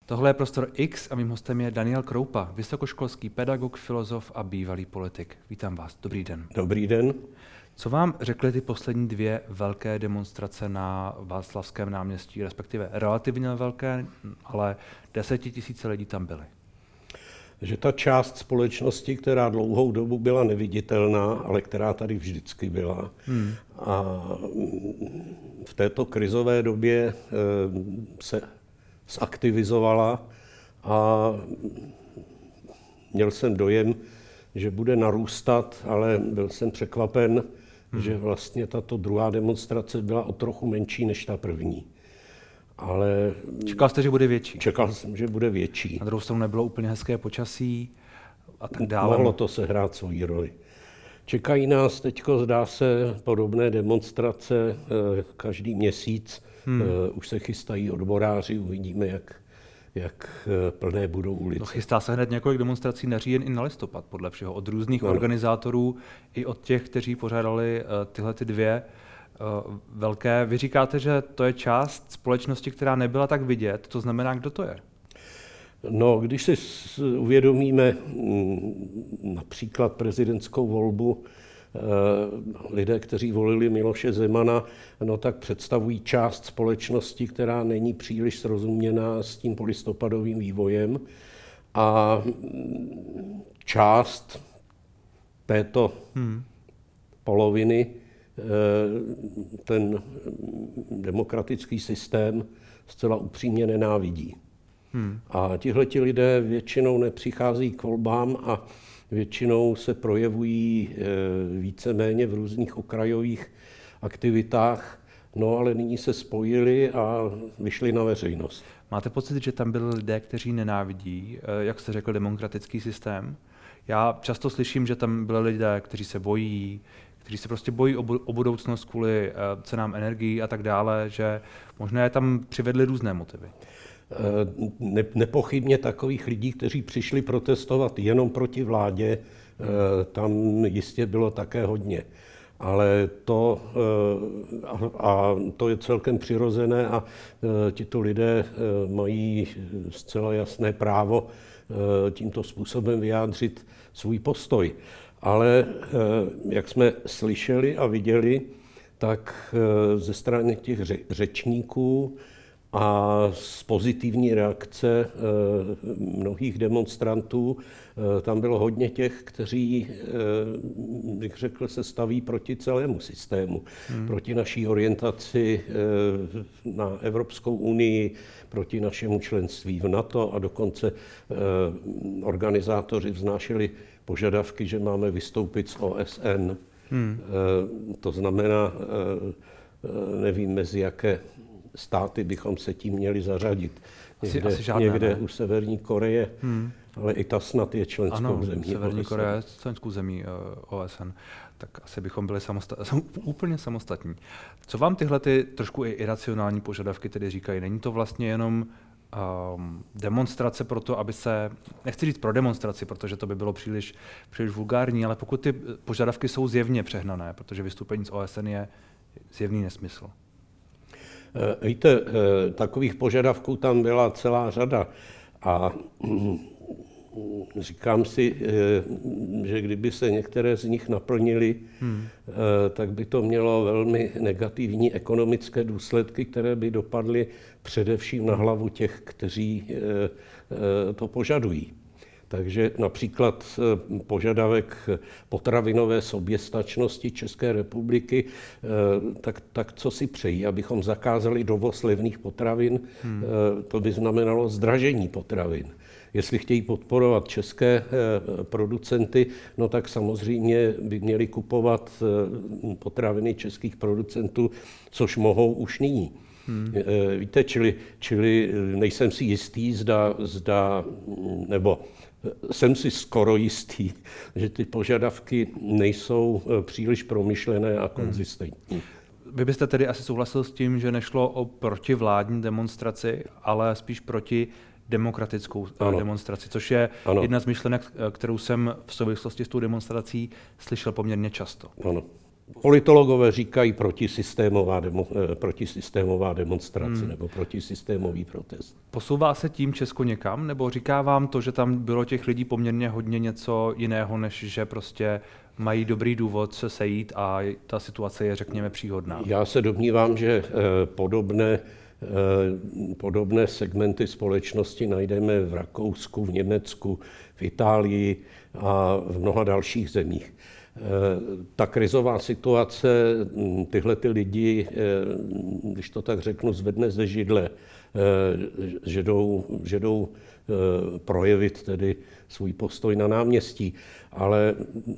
Tohle je Prostor X a mým hostem je Daniel Kroupa, vysokoškolský pedagog, filozof a bývalý politik. Vítám vás, dobrý den. Dobrý den. Co vám řekly ty poslední dvě velké demonstrace na Václavském náměstí, respektive relativně velké, ale 10 000 lidí tam byly? Že ta část společnosti, která dlouhou dobu byla neviditelná, ale která tady vždycky byla. A v této krizové době se zaktivizovala a měl jsem dojem, že bude narůstat, ale byl jsem překvapen, že vlastně tato druhá demonstrace byla o trochu menší než ta první. Ale čekal jste, že bude větší? Čekal jsem, že bude větší. Na druhou stranu nebylo úplně hezké počasí a tak dále. Mohlo to sehrát svoji roli. Čekají nás teďko, zdá se, podobné demonstrace každý měsíc. Už se chystají odboráři, uvidíme, jak plné budou ulice. No, chystá se hned několik demonstrací na říjen i na listopad, podle všeho. Od různých organizátorů i od těch, kteří pořádali tyhle ty dvě velké. Vy říkáte, že to je část společnosti, která nebyla tak vidět. To znamená, kdo to je? No, když si uvědomíme například prezidentskou volbu, lidé, kteří volili Miloše Zemana, no tak představují část společnosti, která není příliš srozuměná s tím polistopadovým vývojem. A část této poloviny ten demokratický systém zcela upřímně nenávidí. A tihleti lidé většinou nepřichází k volbám a většinou se projevují víceméně v různých okrajových aktivitách, no ale nyní se spojili a vyšli na veřejnost. Máte pocit, že tam byli lidé, kteří nenávidí, jak jste řekl, demokratický systém? Já často slyším, že tam byli lidé, kteří se bojí, kteří se prostě bojí o budoucnost kvůli cenám energií a tak dále, že možná je tam přivedli různé motivy. Nepochybně takových lidí, kteří přišli protestovat jenom proti vládě, tam jistě bylo také hodně. Ale to je celkem přirozené a tito lidé mají zcela jasné právo tímto způsobem vyjádřit svůj postoj. Ale jak jsme slyšeli a viděli, tak ze strany těch řečníků a z pozitivní reakce mnohých demonstrantů tam bylo hodně těch, kteří, bych řekl, se staví proti celému systému, proti naší orientaci na Evropskou unii, proti našemu členství v NATO a dokonce organizátoři vznášeli požadavky, že máme vystoupit z OSN. To znamená, nevím, mezi jaké státy bychom se tím měli zařadit. Někde u Severní Koreje, ale i ta snad je členskou zemí. Severní Korea je členskou zemí OSN, tak asi bychom byli úplně samostatní. Co vám tyhle ty trošku i iracionální požadavky tedy říkají? Není to vlastně jenom demonstrace pro to, aby se, nechci říct pro demonstraci, protože to by bylo příliš vulgární, ale pokud ty požadavky jsou zjevně přehnané, protože vystoupení z OSN je zjevný nesmysl. Víte, takových požadavků tam byla celá řada a říkám si, že kdyby se některé z nich naplnily, tak by to mělo velmi negativní ekonomické důsledky, které by dopadly především na hlavu těch, kteří to požadují. Takže například požadavek potravinové soběstačnosti České republiky, tak co si přejí, abychom zakázali dovoz levných potravin, to by znamenalo zdražení potravin. Jestli chtějí podporovat české producenty, no tak samozřejmě by měli kupovat potraviny českých producentů, což mohou už nyní. Víte, čili nejsem si jistý, nebo jsem si skoro jistý, že ty požadavky nejsou příliš promyšlené a konzistentní. Vy byste tedy asi souhlasil s tím, že nešlo o protivládní demonstraci, ale spíš proti demokratickou demonstraci, což je jedna z myšlenek, kterou jsem v souvislosti s tou demonstrací slyšel poměrně často. Ano. Politologové říkají protisystémová demonstrace nebo protisystémový protest. Posouvá se tím Česko někam, nebo říká vám to, že tam bylo těch lidí poměrně hodně něco jiného, než že prostě mají dobrý důvod se sejít a ta situace je, řekněme, příhodná? Já se domnívám, že podobné segmenty společnosti najdeme v Rakousku, v Německu, v Itálii a v mnoha dalších zemích. Ta krizová situace tyhle ty lidi, když to tak řeknu, zvedne ze židle, že jdou projevit tedy svůj postoj na náměstí, ale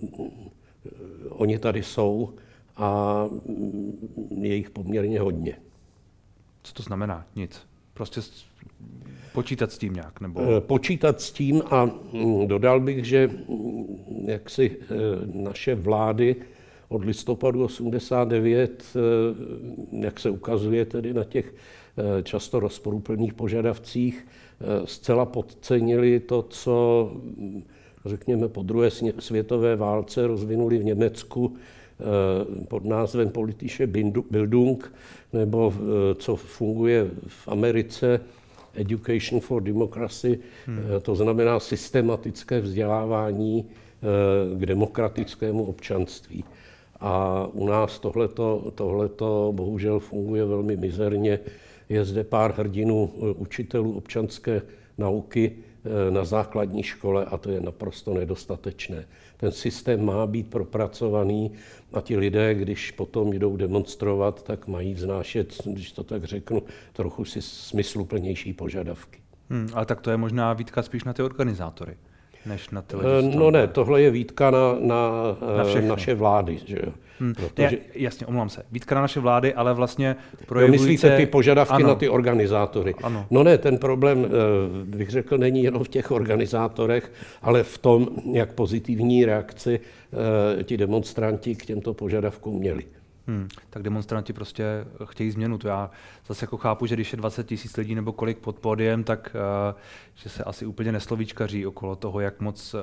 oni tady jsou a je jich poměrně hodně. Co to znamená? Nic. Prostě počítat s tím nějak? Nebo... Počítat s tím a dodal bych, že jaksi naše vlády od listopadu 89, jak se ukazuje tedy na těch často rozporuplných požadavcích, zcela podcenili to, co řekněme po druhé světové válce rozvinuli v Německu pod názvem Politische Bildung, nebo co funguje v Americe, Education for Democracy, to znamená systematické vzdělávání k demokratickému občanství. A u nás tohleto bohužel funguje velmi mizerně. Je zde pár hrdinů učitelů občanské nauky na základní škole a to je naprosto nedostatečné. Ten systém má být propracovaný a ti lidé, když potom jdou demonstrovat, tak mají vznášet, když to tak řeknu, trochu si smysluplnější požadavky. Ale tak to je možná výtka spíš na ty organizátory, než na ty lidi. No ne, tohle je výtka na naše vlády. Že jo? Protože... Jasně, omlouvám se. Výtka na naše vlády, ale vlastně projevujete... Myslíte ty požadavky na ty organizátory? Ano. No ne, ten problém, bych řekl, není jenom v těch organizátorech, ale v tom, jak pozitivní reakci ti demonstranti k těmto požadavkům měli. Tak demonstranti prostě chtějí změnu. To já zase jako chápu, že když je 20 000 lidí nebo kolik pod pódiem, tak že se asi úplně neslovíčkaří okolo toho, jak moc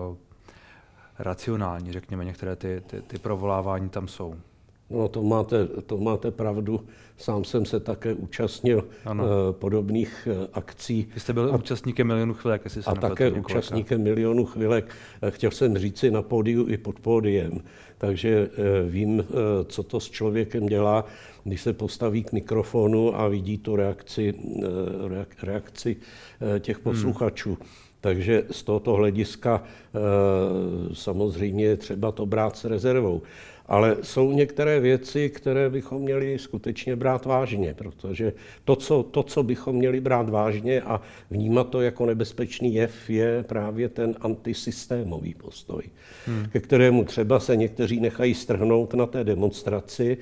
racionální, řekněme, některé ty provolávání tam jsou. No to máte pravdu. Sám jsem se také účastnil podobných akcí. Vy jste byl účastníkem Milionu chvilek, jestli se nepletu. A také účastníkem Milionu chvilek. Chtěl jsem říci na pódiu i pod pódiem. Takže vím, co to s člověkem dělá, když se postaví k mikrofonu a vidí tu reakci těch posluchačů. Takže z tohoto hlediska samozřejmě je třeba to brát s rezervou. Ale jsou některé věci, které bychom měli skutečně brát vážně, protože to, co bychom měli brát vážně a vnímat to jako nebezpečný jev, je právě ten antisystémový postoj, ke kterému třeba se někteří nechají strhnout na té demonstraci,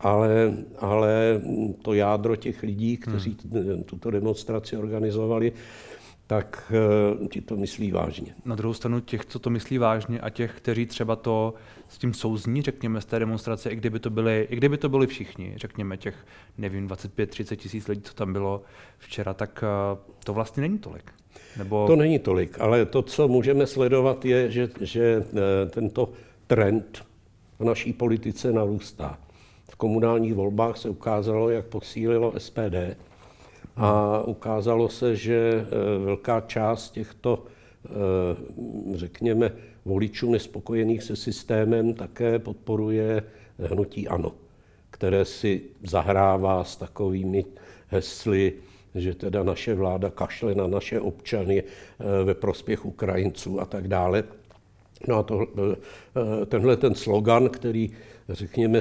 ale to jádro těch lidí, kteří tuto demonstraci organizovali, tak ti to myslí vážně. Na druhou stranu těch, co to myslí vážně a těch, kteří třeba to s tím souzní, řekněme, z té demonstrace, i kdyby to byli všichni, řekněme těch, nevím, 25-30 tisíc lidí, co tam bylo včera, tak to vlastně není tolik. Nebo... To není tolik, ale to, co můžeme sledovat, je, že tento trend v naší politice narůstá. V komunálních volbách se ukázalo, jak posílilo SPD, a ukázalo se, že velká část těchto, řekněme, voličů nespokojených se systémem také podporuje hnutí ANO, které si zahrává s takovými hesly, že teda naše vláda kašle na naše občany ve prospěch Ukrajinců a tak dále. No a tenhle ten slogan, který, řekněme,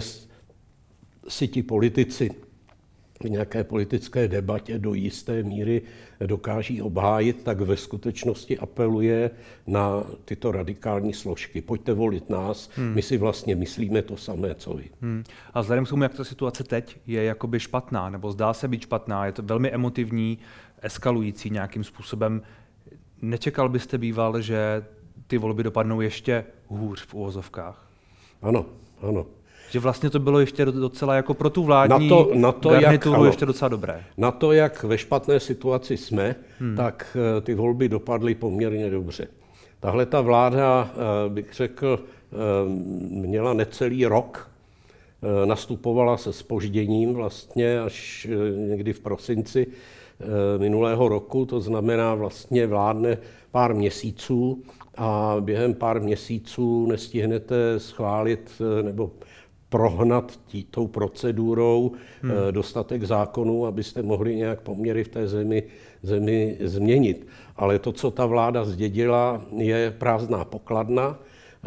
si ti politici v nějaké politické debatě do jisté míry dokáží obhájit, tak ve skutečnosti apeluje na tyto radikální složky. Pojďte volit nás, my si vlastně myslíme to samé, co vy. A vzhledem k tomu, jak ta situace teď je jakoby špatná, nebo zdá se být špatná, je to velmi emotivní, eskalující nějakým způsobem. Nečekal byste býval, že ty volby dopadnou ještě hůř v uvozovkách? Ano. Že vlastně to bylo ještě docela jako pro tu vládní garnituru ještě docela dobré. Na to, jak ve špatné situaci jsme, tak ty volby dopadly poměrně dobře. Tahle ta vláda, bych řekl, měla necelý rok nastupovala se zpožděním vlastně až někdy v prosinci minulého roku, to znamená vlastně vládne pár měsíců a během pár měsíců nestihnete schválit nebo prohnat tou procedurou dostatek zákonů, abyste mohli nějak poměry v té zemi změnit. Ale to, co ta vláda zdědila, je prázdná pokladna.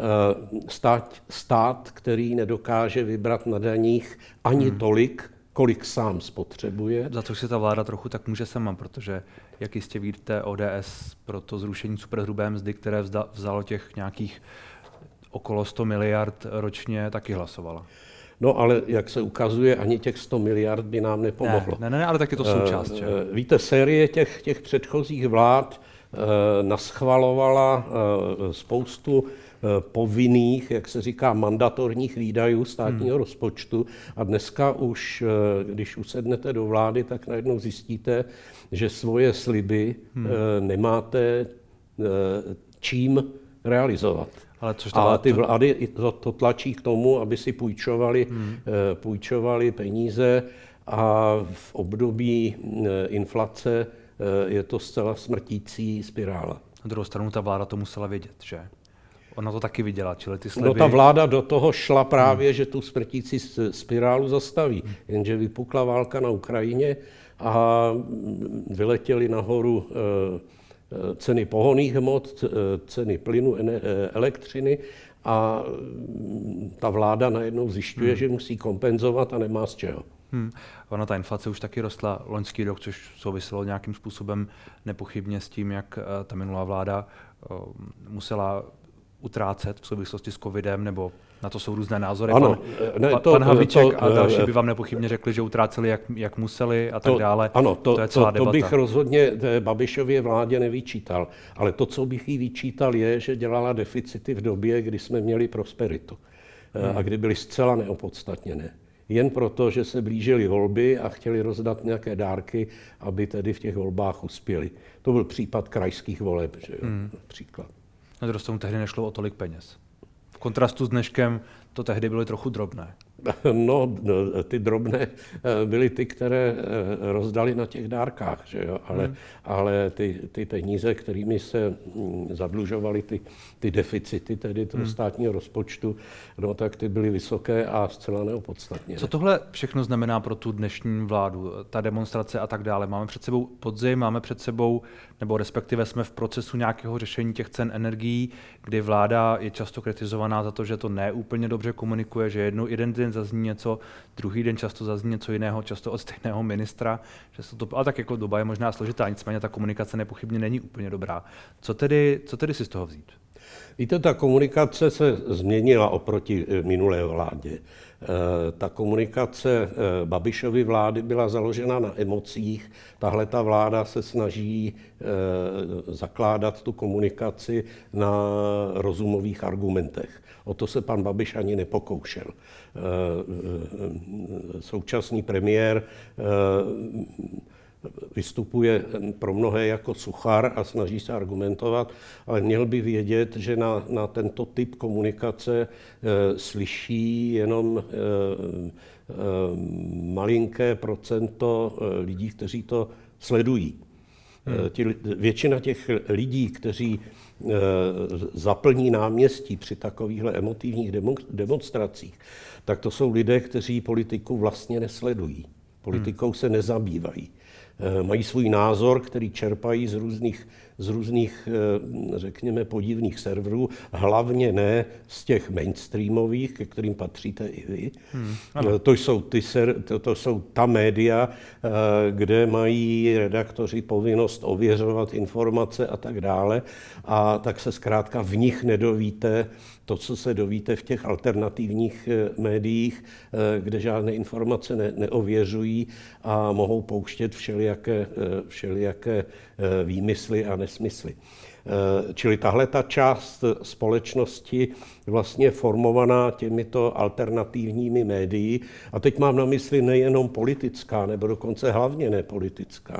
Stát, který nedokáže vybrat na daních ani tolik, kolik sám spotřebuje. Za to si ta vláda trochu tak může sama, protože, jak jistě víte, ODS pro to zrušení superhrubé mzdy, které vzalo těch nějakých okolo 100 miliard ročně, taky hlasovala. No ale jak se ukazuje, ani těch 100 miliard by nám nepomohlo. Ne, ale tak je to součást. Že? Víte, série těch předchozích vlád naschvalovala spoustu povinných, jak se říká, mandatorních výdajů státního rozpočtu a dneska už, když usednete do vlády, tak najednou zjistíte, že svoje sliby nemáte čím realizovat. A ty vlády to tlačí k tomu, aby si půjčovali peníze a v období inflace je to zcela smrtící spirála. Na druhou stranu ta vláda to musela vědět, že? Ona to taky viděla, čili ty sliby... No ta vláda do toho šla právě, že tu smrtící spirálu zastaví. Jenže vypukla válka na Ukrajině a vyletěly nahoru ceny pohonných hmot, ceny plynu, elektřiny a ta vláda najednou zjišťuje, že musí kompenzovat a nemá z čeho. Ona ta inflace už taky rostla loňský rok, což souviselo nějakým způsobem nepochybně s tím, jak ta minulá vláda musela utrácet v souvislosti s covidem, nebo na to jsou různé názory. Ano, pan Havlíček a další by vám nepochybně řekli, že utráceli, jak museli a tak dále. Ano, to je celá debata. To bych rozhodně Babišově vládě nevyčítal. Ale to, co bych jí vyčítal, je, že dělala deficity v době, kdy jsme měli prosperitu a kdy byly zcela neopodstatněné. Jen proto, že se blížily volby a chtěli rozdat nějaké dárky, aby tedy v těch volbách uspěli. To byl případ krajských voleb, že jo, například. Na druhou stranu tehdy nešlo o tolik peněz. V kontrastu s dneškem to tehdy byly trochu drobné. No, ty drobné byly ty, které rozdali na těch dárkách, že jo? Ale ty peníze, kterými se zadlužovaly ty deficity, tedy toho státního rozpočtu, no tak ty byly vysoké a zcela neopodstatněné. Co tohle všechno znamená pro tu dnešní vládu, ta demonstrace a tak dále? Máme před sebou podzim, máme před sebou, nebo respektive jsme v procesu nějakého řešení těch cen energií, kdy vláda je často kritizovaná za to, že to neúplně dobře komunikuje, že jeden den zazní něco, druhý den často zazní něco jiného, často od stejného ministra, ale tak jako doba je možná složitá, nicméně ta komunikace nepochybně není úplně dobrá. Co tedy si z toho vzít? Víte, ta komunikace se změnila oproti minulé vládě. Ta komunikace Babišovy vlády byla založena na emocích. Tahle ta vláda se snaží zakládat tu komunikaci na rozumových argumentech. O to se pan Babiš ani nepokoušel. Současný premiér vystupuje pro mnohé jako suchar a snaží se argumentovat, ale měl by vědět, že na tento typ komunikace slyší jenom malinké procento lidí, kteří to sledují. Většina těch lidí, kteří zaplní náměstí při takovýchhle emotivních demonstracích, tak to jsou lidé, kteří politiku vlastně nesledují. Politikou se nezabývají. Mají svůj názor, který čerpají z různých, řekněme, podivných serverů, hlavně ne z těch mainstreamových, ke kterým patříte i vy. To jsou ta média, kde mají redaktoři povinnost ověřovat informace a tak dále. A tak se zkrátka v nich nedovíte to, co se dovíte v těch alternativních médiích, kde žádné informace neověřují a mohou pouštět všelijaké výmysly a nesmysly. Čili tahle ta část společnosti vlastně formovaná těmito alternativními médii, a teď mám na mysli nejenom politická, nebo dokonce hlavně nepolitická.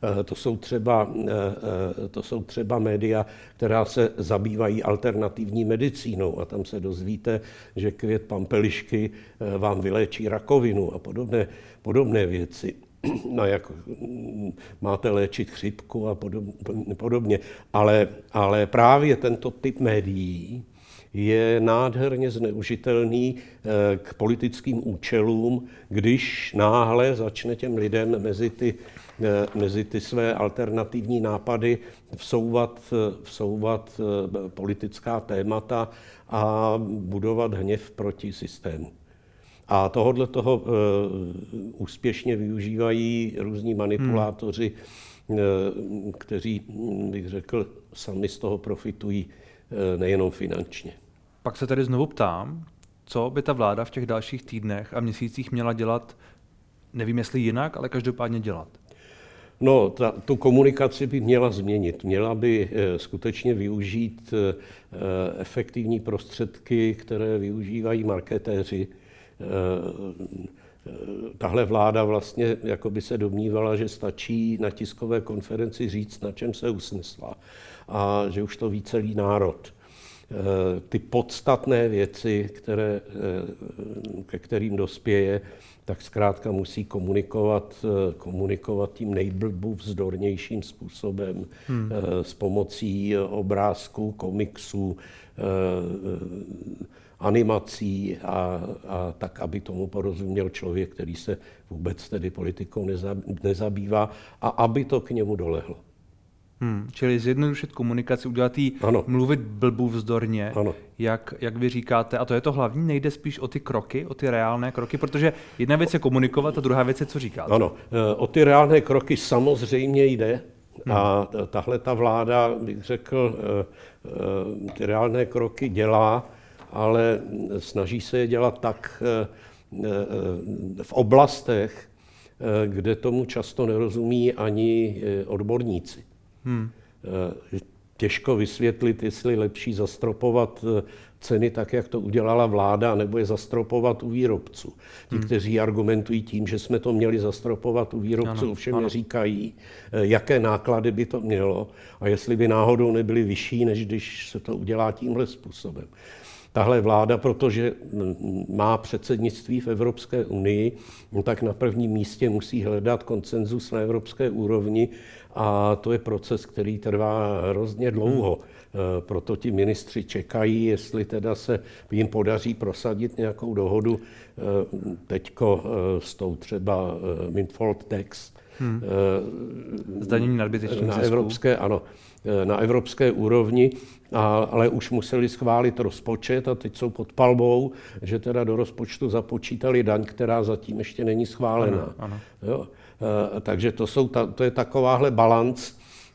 To jsou třeba média, která se zabývají alternativní medicínou a tam se dozvíte, že květ pampelišky vám vyléčí rakovinu a podobné věci. No, jak máte léčit chřipku a podobně. Ale právě tento typ médií je nádherně zneužitelný k politickým účelům, když náhle začne těm lidem mezi ty své alternativní nápady vsouvat politická témata a budovat hněv proti systému. A tohohle toho úspěšně využívají různí manipulátoři, kteří, bych řekl, sami z toho profitují nejenom finančně. Pak se tedy znovu ptám, co by ta vláda v těch dalších týdnech a měsících měla dělat, nevím jestli jinak, ale každopádně dělat. No, tu komunikaci by měla změnit. Měla by skutečně využít efektivní prostředky, které využívají marketéři. Tahle vláda vlastně jako by se domnívala, že stačí na tiskové konferenci říct, na čem se usnesla a že už to ví celý národ. Ty podstatné věci, ke kterým dospěje, tak zkrátka musí komunikovat tím nejblbůvzdornějším způsobem s pomocí obrázků, komiksů, animací a tak, aby tomu porozuměl člověk, který se vůbec tedy politikou nezabývá a aby to k němu dolehlo. Čili zjednodušit komunikaci, udělat jí mluvit blbůvzdorně, jak vy říkáte. A to je to hlavní, nejde spíš o ty kroky, o ty reálné kroky, protože jedna věc je komunikovat a druhá věc je, co říkáte. Ano, o ty reálné kroky samozřejmě jde. A tahle ta vláda, bych řekl, ty reálné kroky dělá, ale snaží se je dělat tak v oblastech, kde tomu často nerozumí ani odborníci. Těžko vysvětlit, jestli lepší zastropovat ceny tak, jak to udělala vláda, nebo je zastropovat u výrobců. Ti, kteří argumentují tím, že jsme to měli zastropovat u výrobců, ovšem neříkají, jaké náklady by to mělo a jestli by náhodou nebyly vyšší, než když se to udělá tímhle způsobem. Tahle vláda, protože má předsednictví v Evropské unii, tak na prvním místě musí hledat konsenzus na evropské úrovni a to je proces, který trvá hrozně dlouho. Proto ti ministři čekají, jestli teda se jim podaří prosadit nějakou dohodu teďko s tou třeba windfall tax. Zdanění nadbytečných zisků. Na evropské úrovni, ale už museli schválit rozpočet a teď jsou pod palbou, že teda do rozpočtu započítali daň, která zatím ještě není schválená. Ano. Jo? Takže to je takováhle balanc,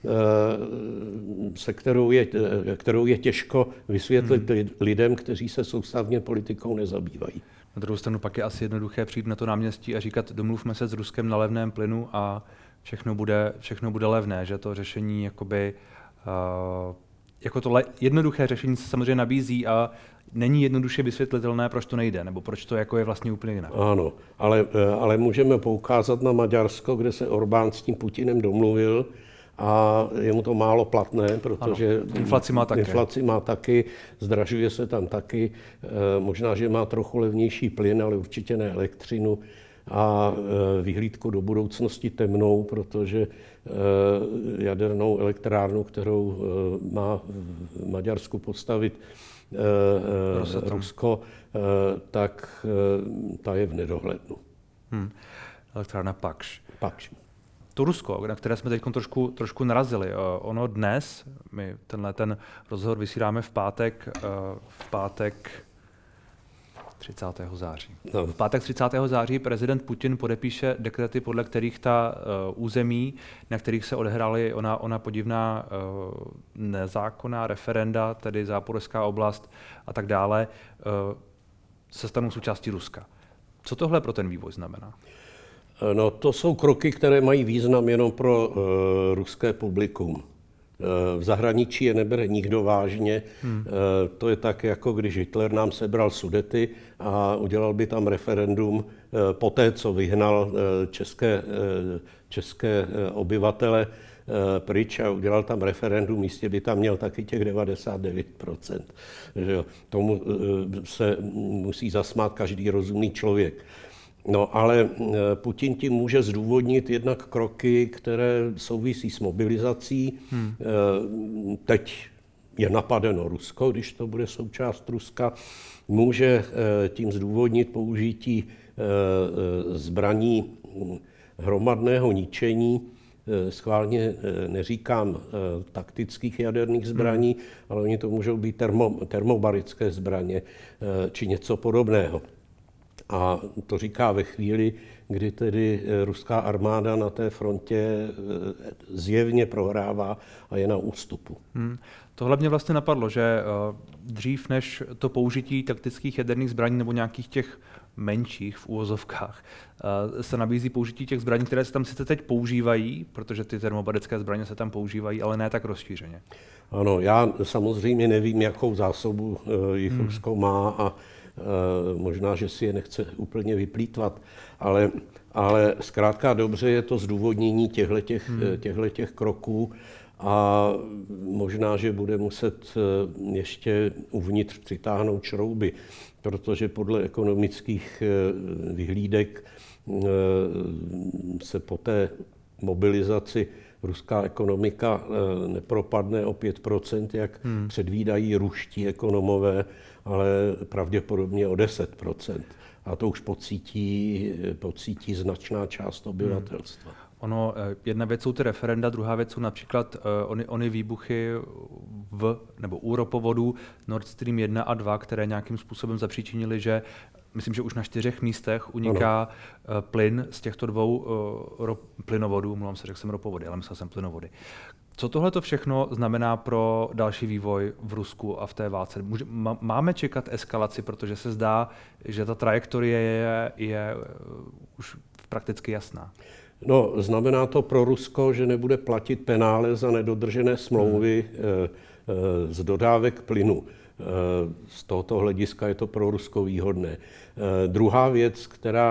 kterou je těžko vysvětlit lidem, kteří se soustavně politikou nezabývají. Na druhou stranu pak je asi jednoduché přijít na to náměstí a říkat, domluvme se s Ruskem na levném plynu a všechno bude levné, že to řešení jakoby, jako to jednoduché řešení se samozřejmě nabízí a není jednoduše vysvětlitelné, proč to nejde, nebo proč to jako je vlastně úplně jinak. Ano, ale můžeme poukázat na Maďarsko, kde se Orbán s tím Putinem domluvil a je mu to málo platné, protože inflaci má taky, zdražuje se tam taky, možná, že má trochu levnější plyn, ale určitě ne elektřinu a vyhlídku do budoucnosti temnou, protože jadernou elektrárnu, kterou má v Maďarsku postavit Rusko, tak ta je v nedohlednu. Elektrárna Pakš. To Rusko, na které jsme teď trošku narazili, ono dnes, my ten rozhovor vysíláme v pátek 30. září. No. V pátek 30. září prezident Putin podepíše dekrety, podle kterých ta území, na kterých se odehrály ona podivná nezákonná referenda, tedy Záporožská oblast a tak dále, se stanou součástí Ruska. Co tohle pro ten vývoj znamená? No, to jsou kroky, které mají význam jenom pro ruské publikum. V zahraničí je nebere nikdo vážně. To je tak, jako když Hitler nám sebral Sudety a udělal by tam referendum poté, co vyhnal české obyvatele pryč a udělal tam referendum, jistě by tam měl taky těch 99%. Že tomu se musí zasmát každý rozumný člověk. No ale Putin tím může zdůvodnit jednak kroky, které souvisí s mobilizací. Teď je napadeno Rusko, když to bude součást Ruska. Může tím zdůvodnit použití zbraní hromadného ničení. Schválně neříkám taktických jaderných zbraní, ale oni to můžou být termobarické zbraně či něco podobného. A to říká ve chvíli, kdy tedy ruská armáda na té frontě zjevně prohrává a je na ústupu. Tohle mě vlastně napadlo, že dřív než to použití taktických jaderných zbraní nebo nějakých těch menších v úvozovkách se nabízí použití těch zbraní, které se tam sice teď používají, protože ty termobarické zbraně se tam používají, ale ne tak rozšířeně. Ano, já samozřejmě nevím, jakou zásobu jich Rusko má a možná, že si je nechce úplně vyplýtvat, ale zkrátka dobře je to zdůvodnění těchto kroků a možná, že bude muset ještě uvnitř přitáhnout šrouby, protože podle ekonomických vyhlídek se po té mobilizaci ruská ekonomika nepropadne o 5%, jak předvídají ruští ekonomové, ale pravděpodobně o 10%. A to už pocítí značná část obyvatelstva. Ono, jedna věc jsou ty referenda, druhá věc jsou například ony výbuchy nebo u ropovodů Nord Stream 1 a 2, které nějakým způsobem zapříčinily, že myslím, že už na 4 místech uniká plyn z těchto dvou plynovodů, mluvám se, řekl jsem ropovody, ale myslel jsem plynovody. Co tohle to všechno znamená pro další vývoj v Rusku a v té válce? Máme čekat eskalaci, protože se zdá, že ta trajektorie je už prakticky jasná. No, znamená to pro Rusko, že nebude platit penále za nedodržené smlouvy z dodávek plynu. Z tohoto hlediska je to pro Rusko výhodné. Druhá věc,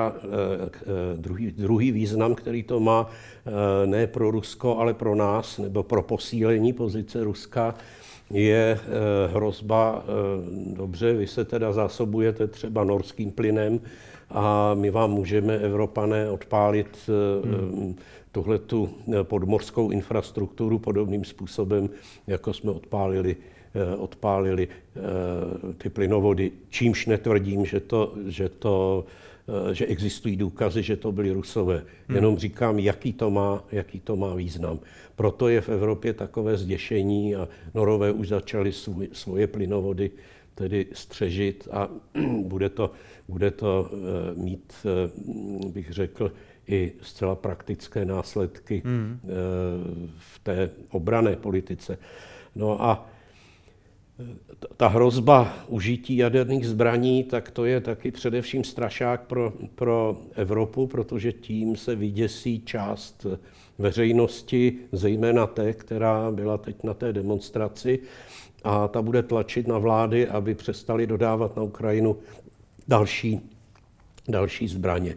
druhý význam, který to má ne pro Rusko, ale pro nás, nebo pro posílení pozice Ruska, je hrozba, dobře, vy se teda zásobujete třeba norským plynem a my vám můžeme, Evropané, odpálit tuhletu podmořskou infrastrukturu podobným způsobem, jako jsme odpálili ty plynovody, čímž netvrdím, že existují důkazy, že to byli Rusové. Jenom říkám, jaký to má význam. Proto je v Evropě takové zděšení a Norové už začali svoje plynovody tedy střežit a bude to mít, bych řekl, i zcela praktické následky v té obranné politice. No a ta hrozba užití jaderných zbraní, tak to je taky především strašák pro Evropu, protože tím se vyděsí část veřejnosti, zejména té, která byla teď na té demonstraci, a ta bude tlačit na vlády, aby přestali dodávat na Ukrajinu další zbraně.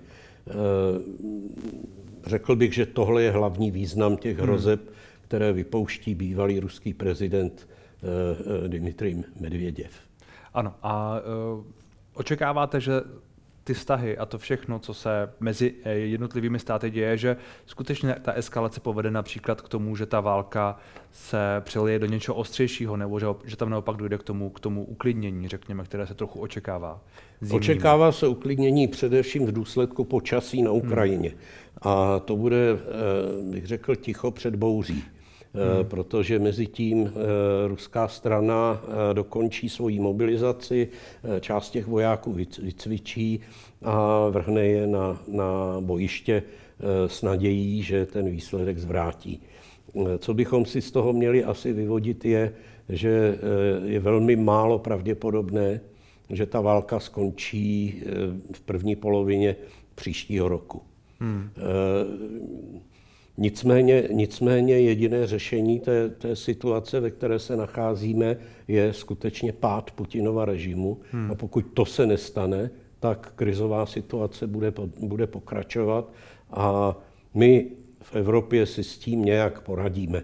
Řekl bych, že tohle je hlavní význam těch hrozeb, které vypouští bývalý ruský prezident Dmitrij Medveděv. Ano, a očekáváte, že ty vztahy a to všechno, co se mezi jednotlivými státy děje, že skutečně ta eskalace povede například k tomu, že ta válka se přelije do něčeho ostřejšího, nebo že tam naopak dojde k tomu uklidnění, řekněme, které se trochu očekává? Očekává se uklidnění především v důsledku počasí na Ukrajině. A to bude, bych řekl, ticho před bouří. Protože mezi tím ruská strana dokončí svoji mobilizaci, část těch vojáků vycvičí a vrhne je na bojiště s nadějí, že ten výsledek zvrátí. Co bychom si z toho měli asi vyvodit je, že je velmi málo pravděpodobné, že ta válka skončí v první polovině příštího roku. Nicméně jediné řešení té situace, ve které se nacházíme, je skutečně pád Putinova režimu. A pokud to se nestane, tak krizová situace bude pokračovat a my v Evropě si s tím nějak poradíme.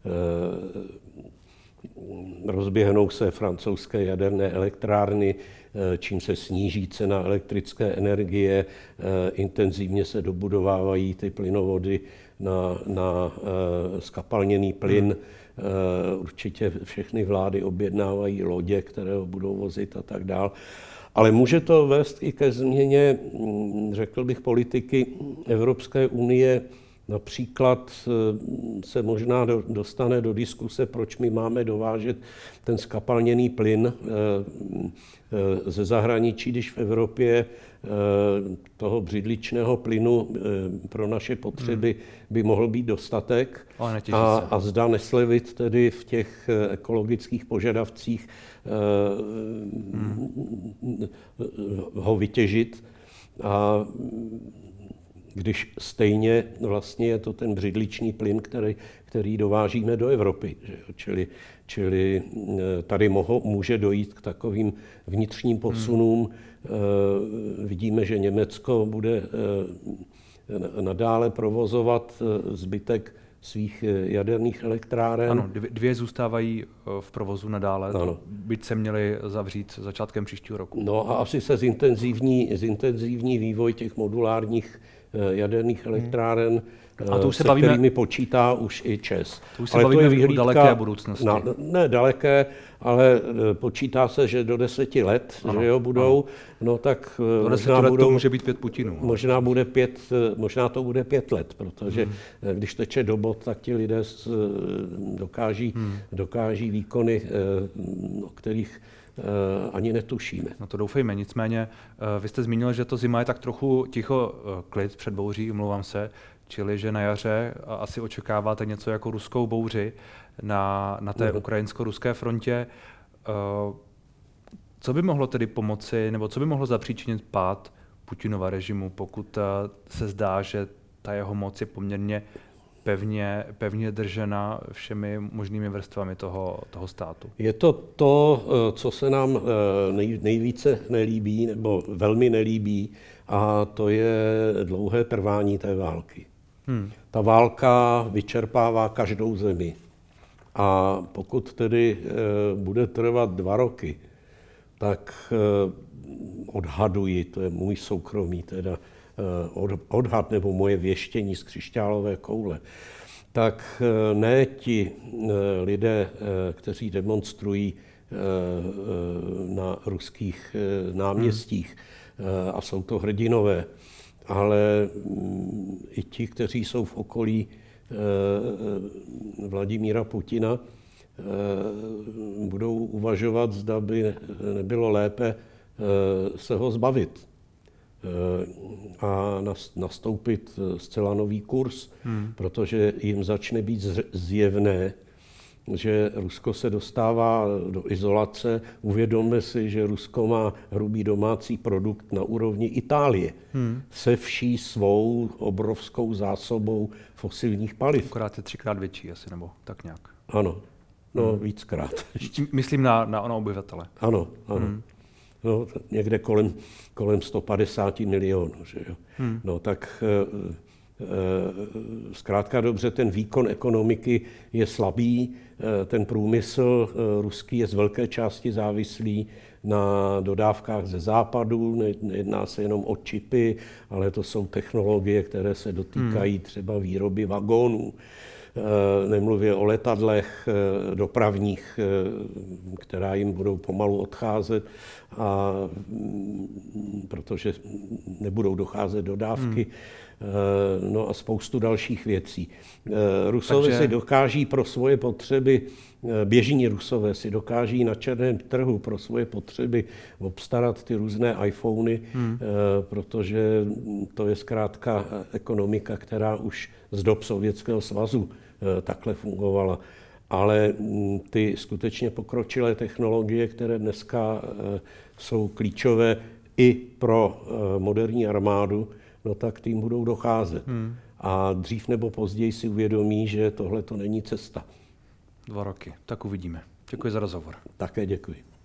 Rozběhnou se francouzské jaderné elektrárny, čím se sníží cena elektrické energie, intenzivně se dobudovávají ty plynovody na skapalněný plyn. Určitě všechny vlády objednávají lodě, které ho budou vozit a tak dál. Ale může to vést i ke změně, řekl bych, politiky Evropské unie. Například se možná dostane do diskuse, proč my máme dovážet ten skapalněný plyn ze zahraničí, když v Evropě toho břidličného plynu pro naše potřeby by mohl být dostatek. A zda neslevit tedy v těch ekologických požadavcích ho vytěžit. A když stejně vlastně je to ten břidličný plyn, který dovážíme do Evropy. Čili tady může dojít k takovým vnitřním posunům. Vidíme, že Německo bude nadále provozovat zbytek svých jaderných elektráren. Ano, 2 zůstávají v provozu nadále, byť se měly zavřít začátkem příštího roku. No a asi se zintenzivní vývoj těch modulárních jaderných elektráren, se kterými počítá už i ČEZ. To už se bavíme o daleké budoucnosti. Ne daleké, ale počítá se, že do 10 let, že jo, budou, no tak do 10 let to může být 5 Putinů. Možná to bude 5 let, protože když teče do bod, tak ti lidé dokáží výkony, o kterých ani netušíme. No to doufejme, nicméně vy jste zmínil, že to zima je tak trochu ticho klid před bouří, omlouvám se, čili že na jaře asi očekáváte něco jako ruskou bouři na té ukrajinsko-ruské frontě. Co by mohlo tedy pomoci, nebo co by mohlo zapříčinit pád Putinova režimu, pokud se zdá, že ta jeho moc je poměrně pevně držena všemi možnými vrstvami toho státu? Je to, co se nám nejvíce nelíbí, nebo velmi nelíbí, a to je dlouhé trvání té války. Ta válka vyčerpává každou zemi. A pokud tedy bude trvat 2 roky, tak odhaduji, to je můj soukromý teda odhad nebo moje věštění z křišťálové koule, tak ne ti lidé, kteří demonstrují na ruských náměstích, a jsou to hrdinové, ale i ti, kteří jsou v okolí Vladimíra Putina, budou uvažovat, zda by nebylo lépe se ho zbavit a nastoupit zcela nový kurz, protože jim začne být zjevné, že Rusko se dostává do izolace. Uvědomme si, že Rusko má hrubý domácí produkt na úrovni Itálie se vší svou obrovskou zásobou fosilních paliv. Akorát je 3krát větší asi, nebo tak nějak. Ano, no víckrát. Myslím na obyvatele. Ano. No, někde kolem 150 milionů. Že jo? No tak zkrátka dobře, ten výkon ekonomiky je slabý, ten průmysl ruský je z velké části závislý na dodávkách ze západu, nejedná se jenom o čipy, ale to jsou technologie, které se dotýkají třeba výroby vagónů. Nemluvě o letadlech dopravních, která jim budou pomalu odcházet, protože nebudou docházet dodávky. No a spoustu dalších věcí. Rusové si dokáží pro svoje potřeby, běžní Rusové si dokáží na černém trhu pro svoje potřeby obstarat ty různé iPhony, protože to je zkrátka ekonomika, která už z dob Sovětského svazu takhle fungovala. Ale ty skutečně pokročilé technologie, které dneska jsou klíčové i pro moderní armádu, no tak tím budou docházet. a dřív nebo později si uvědomí, že tohle to není cesta. 2 roky, tak uvidíme. Děkuji za rozhovor. Také děkuji.